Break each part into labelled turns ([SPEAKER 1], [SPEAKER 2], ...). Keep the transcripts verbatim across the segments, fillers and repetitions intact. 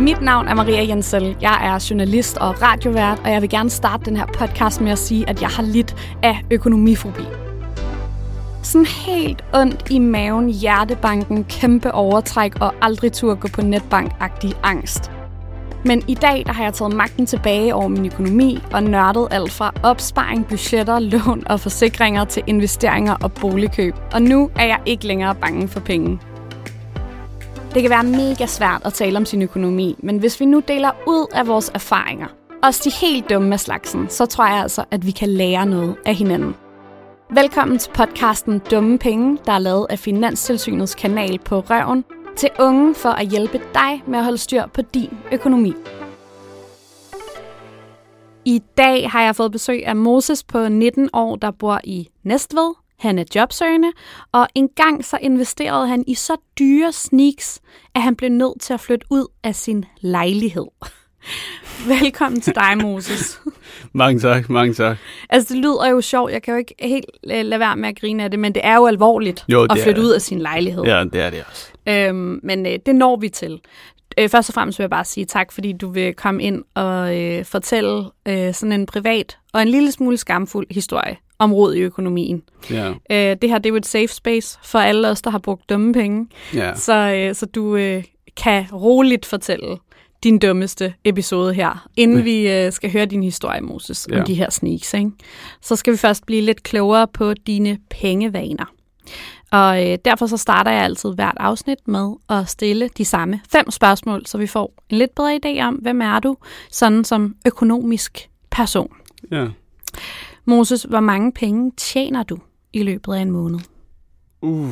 [SPEAKER 1] Mit navn er Maria Jensel. Jeg er journalist og radiovært, og jeg vil gerne starte den her podcast med at sige, at jeg har lidt af økonomifobi. Sådan helt ondt i maven, hjertebanken, kæmpe overtræk og aldrig tur gå på netbank-agtig angst. Men i dag der har jeg taget magten tilbage over min økonomi og nørdet alt fra opsparing, budgetter, lån og forsikringer til investeringer og boligkøb. Og nu er jeg ikke længere bange for penge. Det kan være mega svært at tale om sin økonomi, men hvis vi nu deler ud af vores erfaringer, også de helt dumme af slagsen, så tror jeg altså, at vi kan lære noget af hinanden. Velkommen til podcasten Dumme Penge, der er lavet af Finanstilsynets kanal på Røven, til unge for at hjælpe dig med at holde styr på din økonomi. I dag har jeg fået besøg af Moses på nitten år, der bor i Næstved. Han er jobsøgende, og engang så investerede han i så dyre sneaks, at han blev nødt til at flytte ud af sin lejlighed. Velkommen til dig, Moses.
[SPEAKER 2] Mange tak, mange tak.
[SPEAKER 1] Altså, det lyder jo sjovt. Jeg kan jo ikke helt lade være med at grine af det, men det er jo alvorligt
[SPEAKER 2] jo,
[SPEAKER 1] at flytte ud af sin lejlighed.
[SPEAKER 2] Ja, det er det også.
[SPEAKER 1] Øhm, men øh, det når vi til. Øh, først og fremmest vil jeg bare sige tak, fordi du vil komme ind og øh, fortælle øh, sådan en privat og en lille smule skamfuld historie om rod i økonomien.
[SPEAKER 2] Ja.
[SPEAKER 1] Øh, det her, det er jo et safe space for alle os, der har brugt dumme penge.
[SPEAKER 2] Ja.
[SPEAKER 1] Så, øh, så du øh, kan roligt fortælle din dummeste episode her, inden ja. vi øh, skal høre din historie, Moses, om ja. de her sneaks. Ikke? Så skal vi først blive lidt klogere på dine pengevaner. Og øh, derfor så starter jeg altid hvert afsnit med at stille de samme fem spørgsmål, så vi får en lidt bedre idé om, hvem er du, sådan som økonomisk person.
[SPEAKER 2] Ja.
[SPEAKER 1] Moses, hvor mange penge tjener du i løbet af en måned?
[SPEAKER 2] Uh.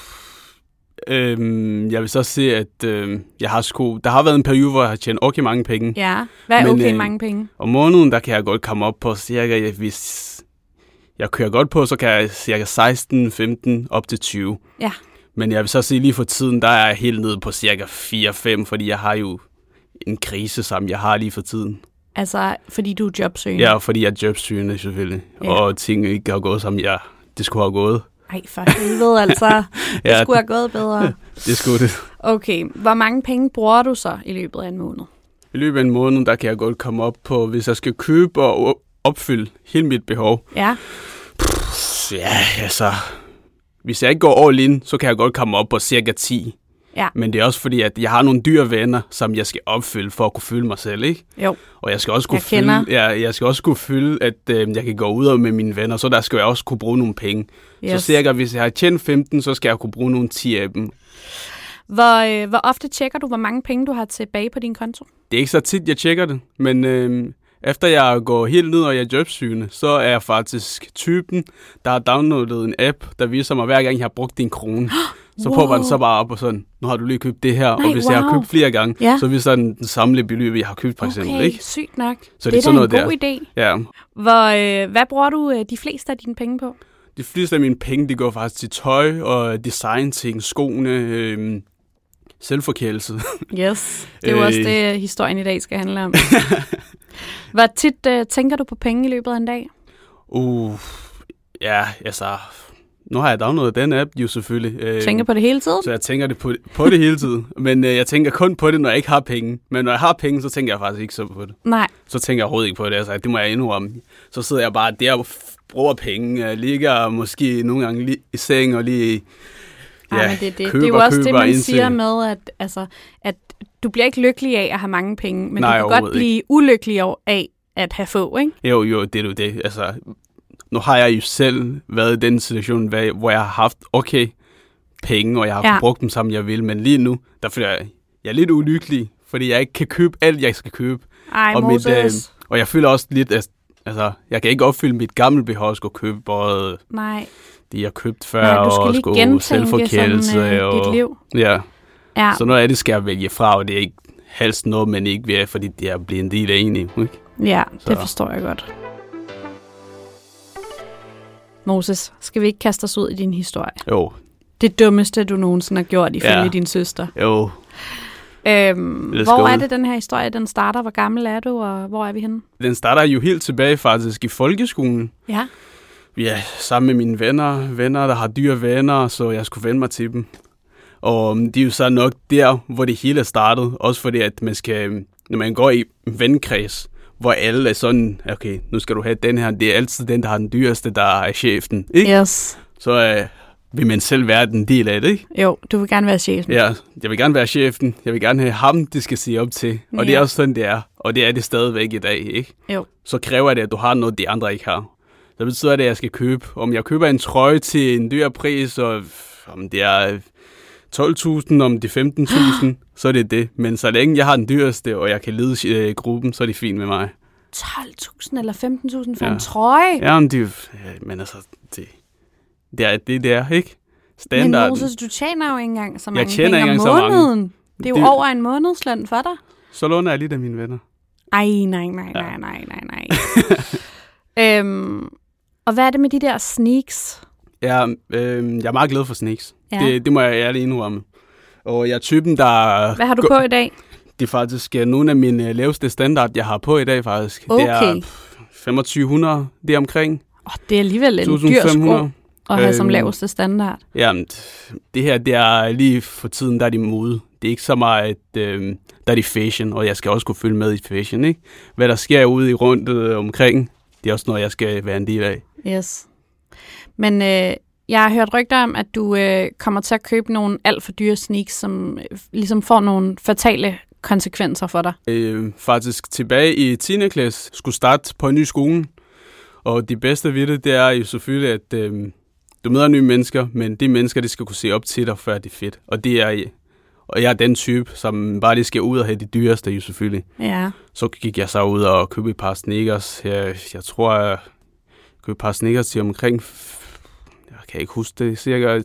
[SPEAKER 2] Øhm, jeg vil så se, at øh, jeg har sko. Der har været en periode, hvor jeg har tjent okay mange penge.
[SPEAKER 1] Ja, hvad er
[SPEAKER 2] Men,
[SPEAKER 1] okay
[SPEAKER 2] øh,
[SPEAKER 1] mange penge?
[SPEAKER 2] Om måneden, der kan jeg godt komme op på cirka, hvis jeg kører godt på, så kan jeg cirka seksten, femten, op til tyve.
[SPEAKER 1] Ja.
[SPEAKER 2] Men jeg vil så se lige for tiden, der er jeg helt nede på cirka fire fem, fordi jeg har jo en krise, som jeg har lige for tiden.
[SPEAKER 1] Altså, fordi du er jobsøgende?
[SPEAKER 2] Ja, fordi jeg er jobsøgende selvfølgelig. Ja. Og ting ikke har gået, som jeg det skulle have gået.
[SPEAKER 1] Ej, for helvede altså. Det
[SPEAKER 2] ja,
[SPEAKER 1] skulle have gået bedre.
[SPEAKER 2] Det skulle det.
[SPEAKER 1] Okay, hvor mange penge bruger du så i løbet af en måned?
[SPEAKER 2] I løbet af en måned, der kan jeg godt komme op på, hvis jeg skal købe og opfylde hele mit behov.
[SPEAKER 1] Ja.
[SPEAKER 2] Pff, ja, altså, hvis jeg ikke går all in, så kan jeg godt komme op på cirka ti.
[SPEAKER 1] Ja.
[SPEAKER 2] Men det er også fordi, at jeg har nogle dyre venner, som jeg skal opfylde for at kunne føle mig selv, ikke?
[SPEAKER 1] Jo.
[SPEAKER 2] Og jeg skal også kunne
[SPEAKER 1] jeg
[SPEAKER 2] føle, ja, jeg skal også kunne føle, at øh, jeg kan gå ud med mine venner, så der skal jeg også kunne bruge nogle penge. Yes. Så cirka, hvis jeg har tjent femten, så skal jeg kunne bruge nogle ti af dem.
[SPEAKER 1] Hvor, øh, hvor ofte tjekker du, hvor mange penge du har tilbage på din konto?
[SPEAKER 2] Det er ikke så tit, jeg tjekker det, men øh, efter jeg går helt ned, og jeg er jobsøgende, så er jeg faktisk typen, der har downloadet en app, der viser mig, hver gang jeg har brugt din krone. Så wow. popper den så bare op og sådan, nu har du lige købt det her,
[SPEAKER 1] Nej,
[SPEAKER 2] og hvis
[SPEAKER 1] wow.
[SPEAKER 2] jeg har købt flere gange,
[SPEAKER 1] ja.
[SPEAKER 2] så viser den den samlede beløb, jeg har købt for eksempel.
[SPEAKER 1] Okay,
[SPEAKER 2] ikke?
[SPEAKER 1] sygt nok.
[SPEAKER 2] Så
[SPEAKER 1] det,
[SPEAKER 2] det er
[SPEAKER 1] er da en
[SPEAKER 2] noget
[SPEAKER 1] god
[SPEAKER 2] der.
[SPEAKER 1] idé.
[SPEAKER 2] Ja.
[SPEAKER 1] Hvor, øh, hvad bruger du øh, de fleste af dine penge på?
[SPEAKER 2] De fleste af mine penge, de går faktisk til tøj og designting, skoene, øh, selvforkælelse.
[SPEAKER 1] Yes, det er jo også det, historien i dag skal handle om. Hvor tit øh, tænker du på penge i løbet af en dag?
[SPEAKER 2] Uh, ja, altså... Nu har jeg downloadet den app jo selvfølgelig.
[SPEAKER 1] Øh, tænker på det hele tiden?
[SPEAKER 2] Så jeg tænker det på, på det hele tiden. Men øh, jeg tænker kun på det, når jeg ikke har penge. Men når jeg har penge, så tænker jeg faktisk ikke så på det.
[SPEAKER 1] Nej.
[SPEAKER 2] Så tænker jeg overhovedet ikke på det. Altså, det må jeg indrømme. Så sidder jeg bare der og bruger penge. Jeg ligger måske nogle gange lige i seng og lige ja,
[SPEAKER 1] Ej, men det, det.
[SPEAKER 2] køber,
[SPEAKER 1] det er jo også det, man
[SPEAKER 2] indtil.
[SPEAKER 1] siger med, at, altså, at du bliver ikke lykkelig af at have mange penge. Men
[SPEAKER 2] Nej,
[SPEAKER 1] du kan godt blive ikke. ulykkelig af at have få, ikke?
[SPEAKER 2] Jo, jo, det er jo det. Altså... Nu har jeg jo selv været i den situation, hvor jeg har haft okay penge, og jeg har ja. brugt dem, som jeg vil. Men lige nu, der føler jeg, jeg er lidt ulykkelig, fordi jeg ikke kan købe alt, jeg skal købe.
[SPEAKER 1] Ej,
[SPEAKER 2] og,
[SPEAKER 1] mit, øh,
[SPEAKER 2] og jeg føler også lidt, at altså, jeg kan ikke opfylde mit gamle behov, at skulle købe både
[SPEAKER 1] Nej.
[SPEAKER 2] de, jeg købt før,
[SPEAKER 1] Nej, du skal
[SPEAKER 2] og
[SPEAKER 1] lige
[SPEAKER 2] skulle selvforkælelse.
[SPEAKER 1] Sådan, øh,
[SPEAKER 2] og,
[SPEAKER 1] dit liv.
[SPEAKER 2] Ja.
[SPEAKER 1] ja,
[SPEAKER 2] så noget af det skal jeg vælge fra, og det er ikke helst noget, man ikke vil, fordi det er blevet en del af en. Ikke?
[SPEAKER 1] Ja,
[SPEAKER 2] så.
[SPEAKER 1] Det forstår jeg godt. Moses, skal vi ikke kaste os ud i din historie?
[SPEAKER 2] Jo.
[SPEAKER 1] Det dummeste, du nogensinde har gjort, ifølge
[SPEAKER 2] ja.
[SPEAKER 1] din søster.
[SPEAKER 2] Jo.
[SPEAKER 1] Øhm, hvor er det, den her historie, den starter? Hvor gammel er du, og hvor er vi henne?
[SPEAKER 2] Den starter jo helt tilbage faktisk i folkeskolen.
[SPEAKER 1] Ja.
[SPEAKER 2] Ja, sammen med mine venner, venner, der har dyre venner, så jeg skulle vende mig til dem. Og det er jo så nok der, hvor det hele er startet. Også fordi, at man skal, når man går i en venkreds, hvor alle er sådan, okay, nu skal du have den her. Det er altid den, der har den dyreste, der er chefen. Ikke?
[SPEAKER 1] Yes.
[SPEAKER 2] Så øh, vil man selv være den del af det, ikke?
[SPEAKER 1] Jo, du vil gerne være chefen.
[SPEAKER 2] Ja, jeg vil gerne være chefen. Jeg vil gerne have ham, det skal sige op til. Og ja. Det er også sådan, det er. Og det er det stadigvæk i dag, ikke?
[SPEAKER 1] Jo.
[SPEAKER 2] Så kræver det, at du har noget, de andre ikke har. Så betyder det, at jeg skal købe. Om jeg køber en trøje til en dyr pris, og om det er tolv tusind, om det er femten tusind, så er det det. Men så længe jeg har den dyreste, og jeg kan lede øh, gruppen, så er det fint med mig.
[SPEAKER 1] tolv tusind eller femten tusind for
[SPEAKER 2] ja.
[SPEAKER 1] en trøje?
[SPEAKER 2] Ja, men, det, ja, men altså, det, det er det, der, ikke? Standarden.
[SPEAKER 1] Men Moses, du tjener jo ikke engang så mange
[SPEAKER 2] jeg tjener
[SPEAKER 1] penge
[SPEAKER 2] om
[SPEAKER 1] måneden. Det er jo
[SPEAKER 2] det,
[SPEAKER 1] over en månedsløn for dig.
[SPEAKER 2] Så låner jeg lidt af mine venner.
[SPEAKER 1] Ej, nej, nej, nej, nej, nej, nej. øhm, og hvad er det med de der sneaks?
[SPEAKER 2] Ja, øh, jeg er meget glad for sneaks.
[SPEAKER 1] Ja.
[SPEAKER 2] Det, det må jeg ærligt indrømme. Og jeg er typen, der...
[SPEAKER 1] Hvad har du på i dag?
[SPEAKER 2] Det er faktisk nogle af mine laveste standard, jeg har på i dag, faktisk.
[SPEAKER 1] Okay.
[SPEAKER 2] Det er femogtyve hundrede, det er omkring.
[SPEAKER 1] Oh, det er alligevel en dyr sko at have øhm, som laveste standard.
[SPEAKER 2] Jamen, det her, det er lige for tiden, der er de mode. Det er ikke så meget, at øh, der er de fashion, og jeg skal også kunne følge med i fashion, ikke? Hvad der sker ude i rundt øh, omkring, det er også noget, jeg skal være en del af.
[SPEAKER 1] Yes. Men øh, jeg har hørt rygter om, at du øh, kommer til at købe nogle alt for dyre sneaks, som øh, ligesom får nogle fatale konsekvenser for dig.
[SPEAKER 2] Øh, faktisk tilbage i tiende klasse skulle starte på en ny skole, og det bedste ved det, det er jo selvfølgelig, at øh, du møder nye mennesker, men de mennesker, de skal kunne se op til dig, før det er fedt. Og det er, og jeg er den type, som bare lige skal ud og have de dyreste, jo selvfølgelig.
[SPEAKER 1] Ja.
[SPEAKER 2] Så gik jeg så ud og købte et par sneakers. Jeg, jeg tror, jeg købte et par sneakers til omkring, jeg kan ikke huske det, cirka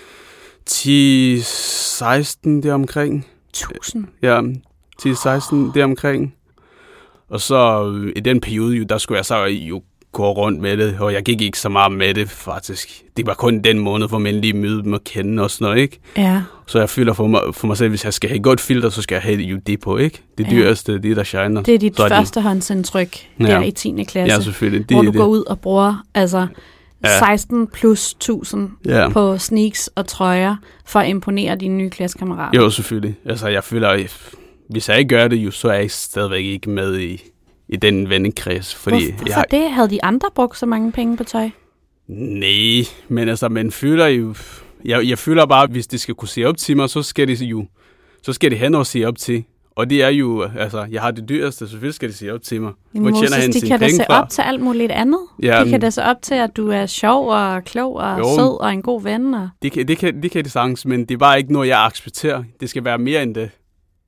[SPEAKER 2] ti seksten deromkring.
[SPEAKER 1] Tusind?
[SPEAKER 2] Ja, ti seksten deromkring. Og så i den periode, jo, der skulle jeg så jo gå rundt med det, og jeg gik ikke så meget med det, faktisk. Det var kun den måned, hvor man lige mødte dem og kende og sådan noget, ikke?
[SPEAKER 1] Ja.
[SPEAKER 2] Så jeg føler for mig, for mig selv, hvis jeg skal have et godt filter, så skal jeg have jo det på, ikke? Det
[SPEAKER 1] ja.
[SPEAKER 2] dyreste, det der shiner.
[SPEAKER 1] Det er dit førstehåndsindtryk
[SPEAKER 2] ja.
[SPEAKER 1] der i tiende klasse.
[SPEAKER 2] Ja, selvfølgelig. Det,
[SPEAKER 1] hvor du
[SPEAKER 2] det.
[SPEAKER 1] går ud og bruger altså ja. seksten plus tusind
[SPEAKER 2] ja.
[SPEAKER 1] på sneaks og trøjer, for at imponere dine nye klassekammerater.
[SPEAKER 2] Jo, selvfølgelig. Altså, jeg føler, hvis jeg ikke gør det, jo, så er jeg stadigvæk ikke med i... i den vennekreds. Fordi
[SPEAKER 1] Hvor, hvorfor
[SPEAKER 2] jeg,
[SPEAKER 1] det? Havde de andre brugt så mange penge på tøj?
[SPEAKER 2] Nej, men altså, man føler jo... Jeg, jeg føler bare, at hvis de skal kunne se op til mig, så skal de jo... Så skal de have noget at se op til. Og det er jo... Altså, jeg har det dyreste, så selvfølgelig skal de se op til mig.
[SPEAKER 1] Hvor Moses, tjener han de kan da se fra? Op til alt muligt andet. Ja, de kan da se op til, at du er sjov og klog og jo, sød og en god ven. Og...
[SPEAKER 2] Det, kan, det, kan, det kan de sagtens, men det er bare ikke noget, jeg accepterer. Det skal være mere end det.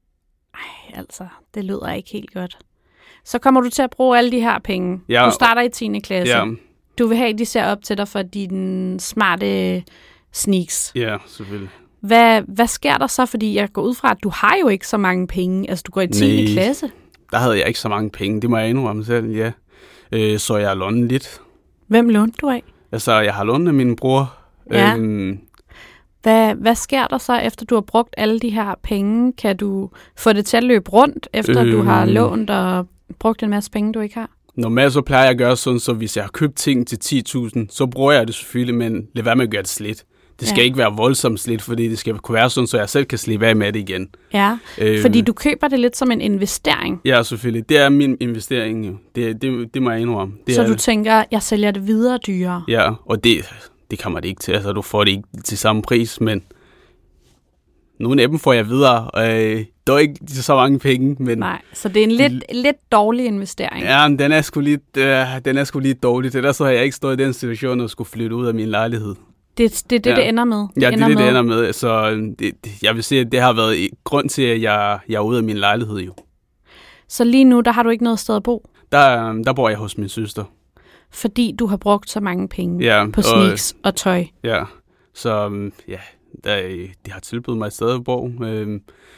[SPEAKER 1] Ej, altså, det lyder ikke helt godt. Så kommer du til at bruge alle de her penge.
[SPEAKER 2] Ja,
[SPEAKER 1] du starter i tiende klasse.
[SPEAKER 2] Ja.
[SPEAKER 1] Du vil have, at de ser op til dig for dine smarte sneaks.
[SPEAKER 2] Ja, selvfølgelig.
[SPEAKER 1] Hvad, hvad sker der så? Fordi jeg går ud fra, at du har jo ikke så mange penge. Altså, du går i tiende
[SPEAKER 2] Nej,
[SPEAKER 1] klasse.
[SPEAKER 2] Der havde jeg ikke så mange penge. Det må jeg indrømme selv, ja. Øh, så jeg har lånet lidt.
[SPEAKER 1] Hvem lånte du af?
[SPEAKER 2] Altså, jeg har lånet af min bror.
[SPEAKER 1] Ja.
[SPEAKER 2] Øhm,
[SPEAKER 1] Hvad, hvad sker der så, efter du har brugt alle de her penge? Kan du få det til at løbe rundt, efter øh, du har lånt og brugt en masse penge, du ikke har?
[SPEAKER 2] Normalt så plejer jeg at gøre sådan, så hvis jeg har købt ting til ti tusind, så bruger jeg det selvfølgelig, men lad være med at gøre det slidt. Det skal ja. ikke være voldsomt slidt, fordi det skal kunne være sådan, så jeg selv kan slippe af med det igen.
[SPEAKER 1] Ja, øh, fordi du køber det lidt som en investering.
[SPEAKER 2] Ja, selvfølgelig. Det er min investering jo. Det, det, det må jeg indrømme. Det
[SPEAKER 1] så
[SPEAKER 2] er
[SPEAKER 1] du
[SPEAKER 2] det.
[SPEAKER 1] tænker, jeg sælger det videre dyrere?
[SPEAKER 2] Ja, og det, det kommer det ikke til. Altså, du får det ikke til samme pris, men nogle af dem får jeg videre. Øh, der er ikke så mange penge, men...
[SPEAKER 1] Nej, så det er en lidt, lidt dårlig investering.
[SPEAKER 2] Ja, men den er sgu lidt, øh, den er sgu lidt dårlig. Det der så har jeg ikke stået i den situation, at skulle flytte ud af min lejlighed.
[SPEAKER 1] Det er det, det,
[SPEAKER 2] ja.
[SPEAKER 1] det ender med?
[SPEAKER 2] Ja, det er det, det ender med. Så det, jeg vil sige, at det har været grund til, at jeg, jeg er ude af min lejlighed jo.
[SPEAKER 1] Så lige nu, der har du ikke noget sted at bo?
[SPEAKER 2] Der, der bor jeg hos min søster.
[SPEAKER 1] Fordi du har brugt så mange penge
[SPEAKER 2] ja,
[SPEAKER 1] på sneaks og, og tøj?
[SPEAKER 2] Ja, så ja, der, de har tilbudt mig et sted at bo. Øhm,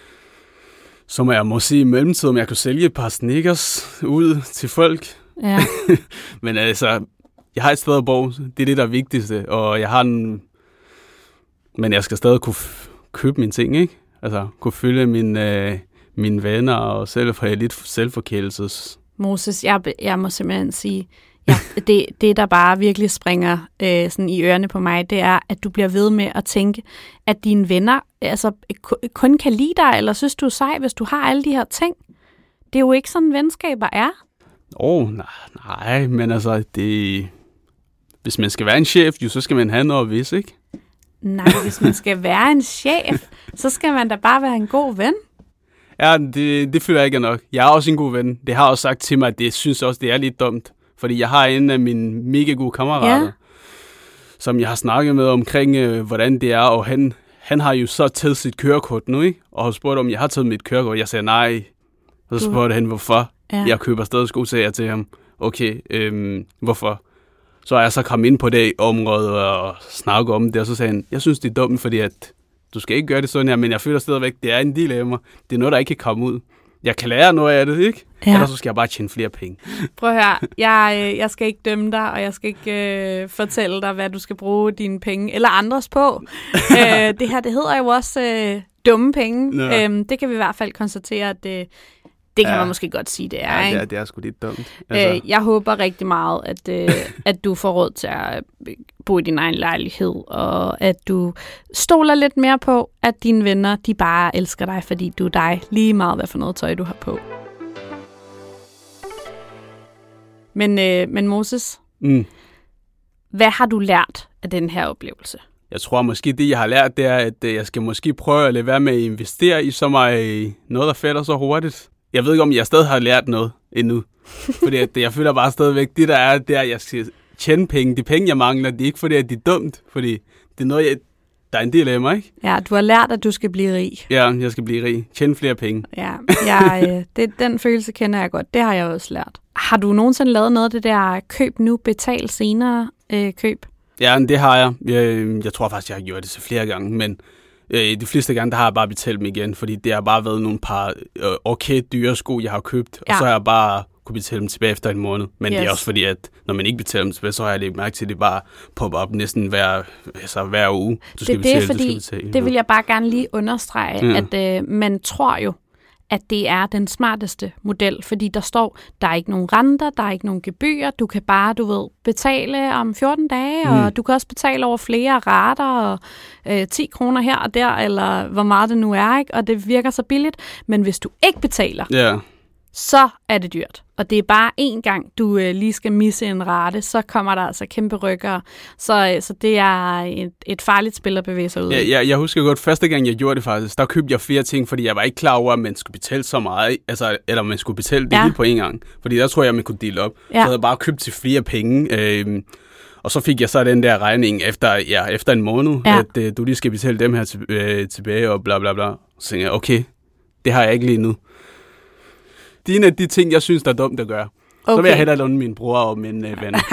[SPEAKER 2] så må jeg må sige i mellemtiden, om jeg kunne sælge et par sneakers ud til folk.
[SPEAKER 1] Ja.
[SPEAKER 2] Men altså... Jeg har et sted at bo, det er det, der er vigtigste, og jeg har en... Men jeg skal stadig kunne f- købe mine ting, ikke? Altså, kunne følge mine, øh, mine venner og selv have lidt selvforkælelses.
[SPEAKER 1] Moses, jeg, jeg må simpelthen sige, Ja, det, det, der bare virkelig springer øh, sådan i ørerne på mig, det er, at du bliver ved med at tænke, at dine venner altså, kun kan lide dig, eller synes du er sej, hvis du har alle de her ting. Det er jo ikke sådan, venskaber er.
[SPEAKER 2] Åh, oh, nej, nej, men altså, det... Hvis man skal være en chef, jo, så skal man have noget at vise, ikke?
[SPEAKER 1] Nej, hvis man skal være en chef, så skal man da bare være en god ven.
[SPEAKER 2] Ja, det, det føler jeg ikke nok. Jeg er også en god ven. Det har også sagt til mig, at det synes også, det er lidt dumt. Fordi jeg har en af mine mega gode kammerater, ja. som jeg har snakket med omkring, øh, hvordan det er. Og han, han har jo så taget sit kørekort nu, ikke? Og har spurgt, om jeg har taget mit kørekort. Jeg sagde nej. Og så spurgte han, hvorfor. Ja. Jeg køber stadig sko, sagde jeg til ham. Okay, øhm, hvorfor? Så er jeg så kommet ind på det område og snakke om det. Og så sagde han, jeg synes, det er dumt, fordi at du skal ikke gøre det sådan her, men jeg føler stadigvæk, det er en del af mig. Det er noget, der ikke kan komme ud. Jeg kan lære noget af det, ikke? Ja. Ellers så skal jeg bare tjene flere penge.
[SPEAKER 1] Prøv at høre, jeg, jeg skal ikke dømme dig, og jeg skal ikke øh, fortælle dig, hvad du skal bruge dine penge, eller andres på. øh, det her, det hedder jo også øh, dumme penge. Ja. Øhm, det kan vi i hvert fald konstatere, at det, det kan ja. man måske godt sige, det er.
[SPEAKER 2] Ja,
[SPEAKER 1] ikke?
[SPEAKER 2] det er, det er sgu lidt dumt. Altså.
[SPEAKER 1] Øh, jeg håber rigtig meget, at, øh, at du får råd til at bo i din egen lejlighed, og at du stoler lidt mere på, at dine venner, de bare elsker dig, fordi du er dig, lige meget hvad for noget tøj, du har på. Men, øh, men Moses, mm. hvad har du lært af den her oplevelse?
[SPEAKER 2] Jeg tror måske, det jeg har lært, det er, at jeg skal måske prøve at lade være med at investere i så meget noget, der falder så hurtigt. Jeg ved ikke, om jeg stadig har lært noget endnu. Fordi at jeg føler bare stadigvæk, det der er, det er, at jeg skal tjene penge. De penge, jeg mangler, det er ikke fordi, at de er dumt. Fordi det er noget, jeg, der er en del af mig, ikke?
[SPEAKER 1] Ja, du har lært, at du skal blive rig.
[SPEAKER 2] Ja, jeg skal blive rig. Tjene flere penge.
[SPEAKER 1] Ja, jeg, øh, det, den følelse kender jeg godt. Det har jeg også lært. Har du nogensinde lavet noget af det der køb nu, betal senere øh, køb?
[SPEAKER 2] Ja, det har jeg. jeg. Jeg tror faktisk, jeg har gjort det så flere gange, men øh, de fleste gange, der har jeg bare betalt dem igen, fordi det har bare været nogle par øh, okay dyre sko, jeg har købt, ja. og så har jeg bare kunne betale dem tilbage efter en måned. Men yes. det er også fordi, at når man ikke betaler dem tilbage, så har jeg lidt mærke til, at det bare popper op næsten hver, altså hver uge. Du skal
[SPEAKER 1] det,
[SPEAKER 2] betale,
[SPEAKER 1] det, fordi,
[SPEAKER 2] du skal betale.
[SPEAKER 1] Det vil jeg bare gerne lige understrege, ja. at øh, man tror jo, at det er den smarteste model, fordi der står, der er ikke nogen renter, der er ikke nogen gebyrer, du kan bare, du ved, betale om fjorten dage, mm. og du kan også betale over flere rater, og øh, ti kroner her og der, eller hvor meget det nu er, ikke? Og det virker så billigt, men hvis du ikke betaler,
[SPEAKER 2] yeah.
[SPEAKER 1] så er det dyrt. Og det er bare én gang, du øh, lige skal misse en rate, så kommer der altså kæmpe rykker. Så, øh, så det er et, et farligt spil at bevæge sig ud.
[SPEAKER 2] Ja, jeg, jeg husker godt, første gang jeg gjorde det faktisk, der købte jeg flere ting, fordi jeg var ikke klar over, at man skulle betale så meget, altså, eller man skulle betale det ja. hele på en gang. Fordi der tror jeg, man kunne dele op. Ja. Så havde jeg bare købt til flere penge. Øh, og så fik jeg så den der regning efter, ja, efter en måned, ja. at øh, du lige skal betale dem her til, øh, tilbage, og bla bla bla. Så tænkte jeg, okay, det har jeg ikke lige nu. Det er en af de ting, jeg synes, der er dumt at gøre. Okay. Så vil jeg hellere låne min bror og min øh, ven.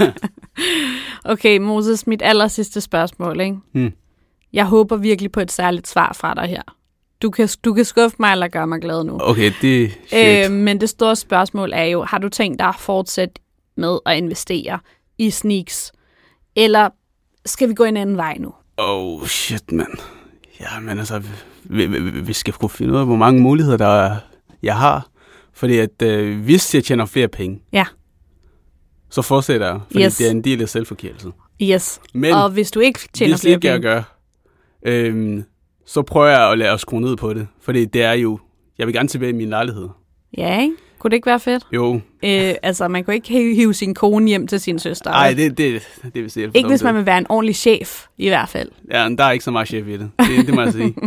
[SPEAKER 1] Okay, Moses, mit aller sidste spørgsmål, ikke? Hmm. Jeg håber virkelig på et særligt svar fra dig her. Du kan, du kan skuffe mig eller gøre mig glad nu.
[SPEAKER 2] Okay, det er shit.
[SPEAKER 1] Øh, men det store spørgsmål er jo, har du tænkt dig at fortsætte med at investere i sneaks? Eller skal vi gå en anden vej nu?
[SPEAKER 2] Oh, shit, mand. Ja, men altså, vi, vi, vi skal kunne finde ud af, hvor mange muligheder, der jeg har. Fordi at øh, hvis jeg tjener flere penge,
[SPEAKER 1] ja.
[SPEAKER 2] så fortsætter jeg, fordi yes. det er en del af selvforkælelsen.
[SPEAKER 1] Yes, men og hvis du ikke tjener flere penge,
[SPEAKER 2] jeg gør, øh, så prøver jeg at lade os skrue ned på det. Fordi det er jo, jeg vil gerne tilbage i min lejlighed.
[SPEAKER 1] Ja, ikke? Kunne det ikke være fedt?
[SPEAKER 2] Jo.
[SPEAKER 1] Øh, altså, man kunne ikke hive sin kone hjem til sin søster.
[SPEAKER 2] Nej, det, det, det vil sige.
[SPEAKER 1] Ikke hvis man vil være en ordentlig chef, i hvert fald.
[SPEAKER 2] Ja, der er ikke så meget chef i det. Det, det må jeg sige.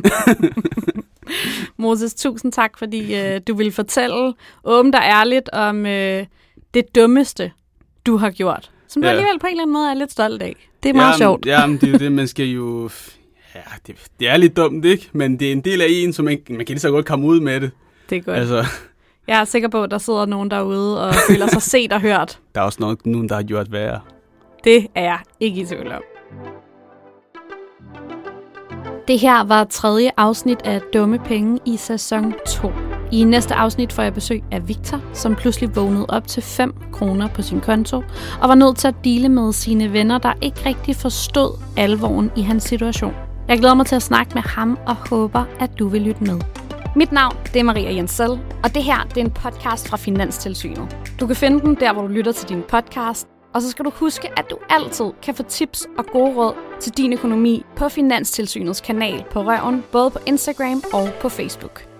[SPEAKER 1] Moses, tusind tak, fordi øh, du ville fortælle åbent og ærligt om øh, det dummeste, du har gjort. Som du ja. alligevel på en eller anden måde er lidt stolt af. Det er meget
[SPEAKER 2] jamen,
[SPEAKER 1] sjovt.
[SPEAKER 2] Ja, det er jo det, man skal jo... Ja, det, det er lidt dumt, ikke? Men det er en del af en, så man, man kan lige så godt komme ud med det.
[SPEAKER 1] Det er godt. Altså. Jeg er sikker på, at der sidder nogen derude og føler sig set og hørt.
[SPEAKER 2] Der er også nogen, nogen der har gjort værre.
[SPEAKER 1] Det er jeg ikke i tvivl om. Det her var tredje afsnit af Dumme Penge i sæson to. I næste afsnit får jeg besøg af Victor, som pludselig vågnede op til fem kroner på sin konto, og var nødt til at dele med sine venner, der ikke rigtig forstod alvoren i hans situation. Jeg glæder mig til at snakke med ham og håber, at du vil lytte med. Mit navn det er Maria Jensel, og det her det er en podcast fra Finanstilsynet. Du kan finde den der, hvor du lytter til din podcast, og så skal du huske, at du altid kan få tips og gode råd til din økonomi på Finanstilsynets kanal på Røven, både på Instagram og på Facebook.